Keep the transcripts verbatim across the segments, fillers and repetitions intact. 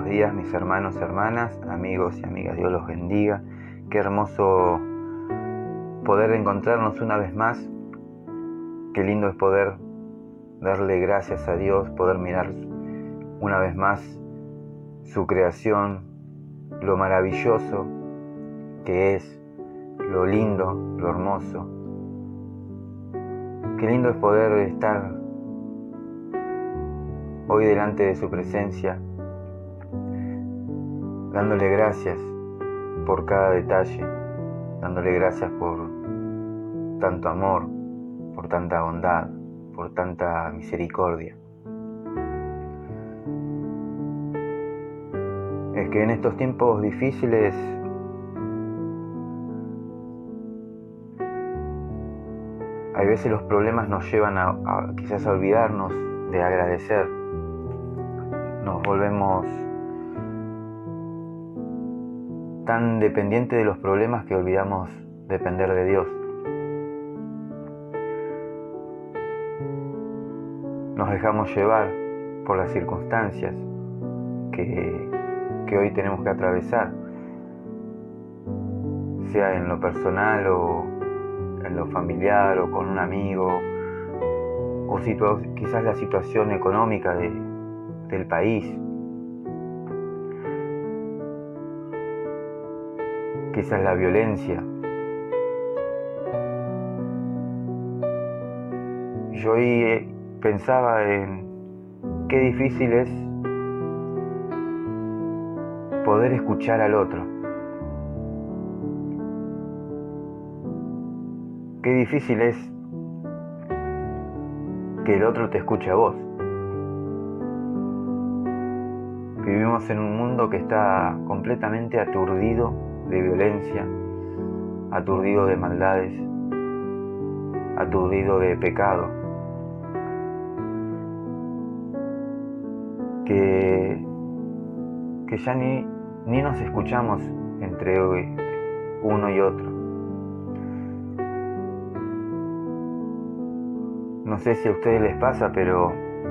días, mis hermanos, hermanas, amigos y amigas. Dios los bendiga. Qué hermoso poder encontrarnos una vez más. Qué lindo es poder darle gracias a Dios, poder mirar una vez más su creación, lo maravilloso que es, lo lindo, lo hermoso. Qué lindo es poder estar hoy delante de su presencia, dándole gracias por cada detalle, dándole gracias por tanto amor, por tanta bondad, por tanta misericordia. Es que en estos tiempos difíciles hay veces los problemas nos llevan a, a quizás a olvidarnos de agradecer. Nos volvemos tan dependientes de los problemas que olvidamos depender de Dios. Nos dejamos llevar por las circunstancias que, que hoy tenemos que atravesar, sea en lo personal o en lo familiar o con un amigo, o situa- quizás la situación económica de, del país, quizás la violencia. Yo hoy pensaba en qué difícil es poder escuchar al otro. Qué difícil es que el otro te escuche a vos. Vivimos en un mundo que está completamente aturdido de violencia, aturdido de maldades, aturdido de pecado, que, que ya ni, ni nos escuchamos entre uno y otro. No sé si a ustedes les pasa, pero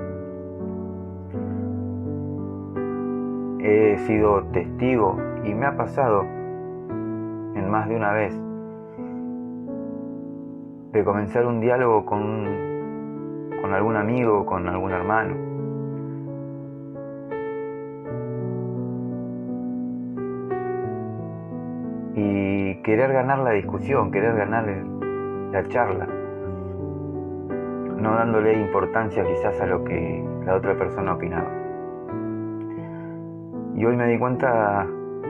he sido testigo y me ha pasado en más de una vez de comenzar un diálogo con, con algún amigo, con algún hermano, y querer ganar la discusión, querer ganar el, la charla, no dándole importancia quizás a lo que la otra persona opinaba. Y hoy me di cuenta,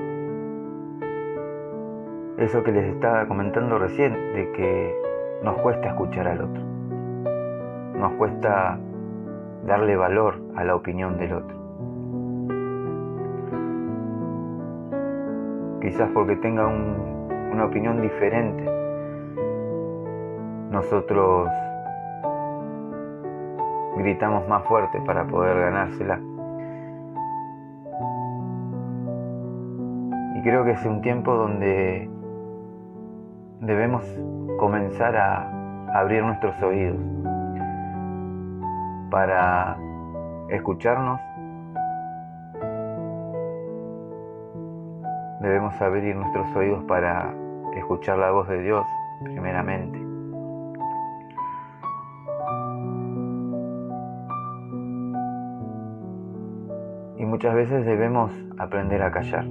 eso que les estaba comentando recién, de que nos cuesta escuchar al otro, nos cuesta darle valor a la opinión del otro. Quizás porque tenga un, una opinión diferente, nosotros gritamos más fuerte para poder ganársela. Y creo que es un tiempo donde debemos comenzar a abrir nuestros oídos para escucharnos. Debemos abrir nuestros oídos para escuchar la voz de Dios, primeramente. Y muchas veces debemos aprender a callar.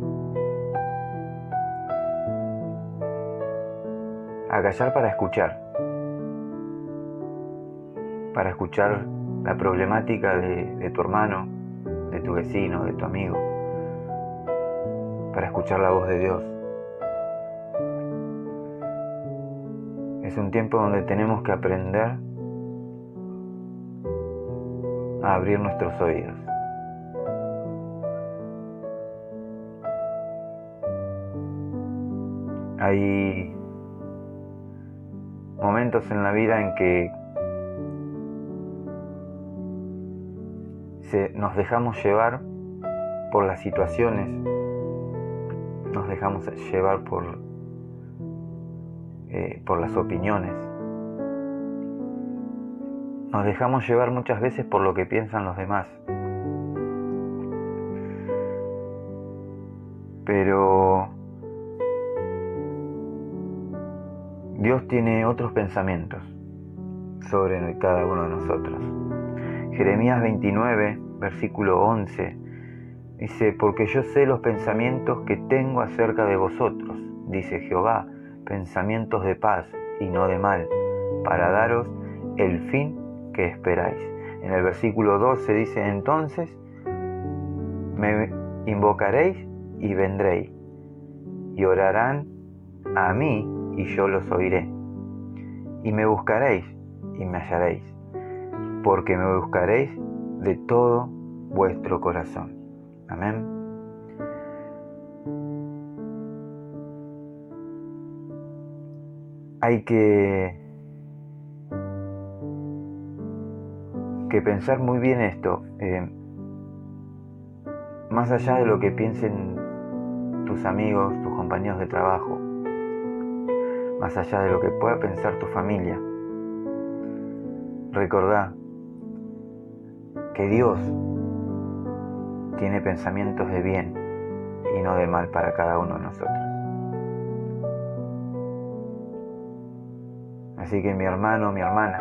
A callar para escuchar. Para escuchar la problemática de, de tu hermano, de tu vecino, de tu amigo. Para escuchar la voz de Dios. Es un tiempo donde tenemos que aprender a abrir nuestros oídos. Hay momentos en la vida en que se, nos dejamos llevar por las situaciones, nos dejamos llevar por, eh, por las opiniones, nos dejamos llevar muchas veces por lo que piensan los demás. pero Dios tiene otros pensamientos sobre cada uno de nosotros. Jeremías veintinueve, versículo once, dice: porque yo sé los pensamientos que tengo acerca de vosotros, dice Jehová, pensamientos de paz y no de mal, para daros el fin que esperáis. En el versículo doce dice: entonces me invocaréis y vendréis, y orarán a mí y yo los oiré, y me buscaréis y me hallaréis, porque me buscaréis de todo vuestro corazón. Amén. Hay que, que pensar muy bien esto, eh, más allá de lo que piensen tus amigos, tus compañeros de trabajo, más allá de lo que pueda pensar tu familia. Recordá que Dios tiene pensamientos de bien y no de mal para cada uno de nosotros. Así que mi hermano, mi hermana,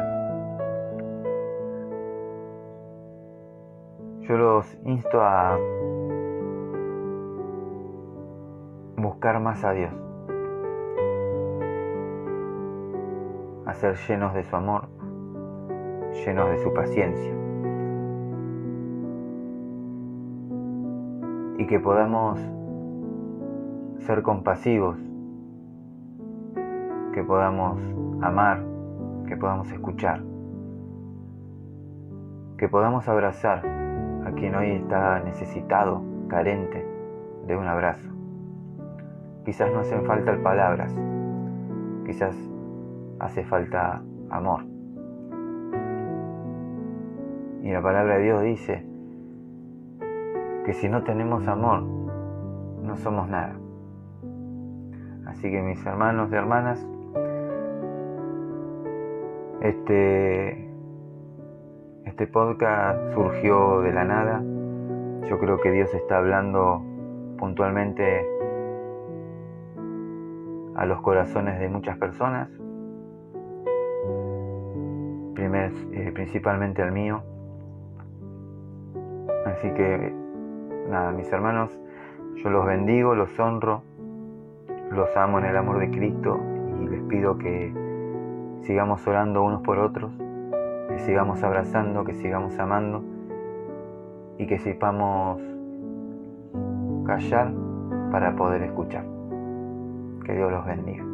yo los insto a buscar más a Dios, a ser llenos de su amor, llenos de su paciencia, y que podamos ser compasivos, que podamos amar, que podamos escuchar, que podamos abrazar a quien hoy está necesitado, carente de un abrazo. Quizás no hacen falta palabras, quizás hace falta amor. Y la palabra de Dios dice que si no tenemos amor, no somos nada. Así que mis hermanos y hermanas, este, este podcast surgió de la nada. Yo creo que Dios está hablando puntualmente a los corazones de muchas personas, Primer, eh, principalmente al mío. Así que nada, mis hermanos, yo los bendigo, los honro, los amo en el amor de Cristo, y les pido que sigamos orando unos por otros, que sigamos abrazando, que sigamos amando, y que sepamos callar para poder escuchar. Que Dios los bendiga.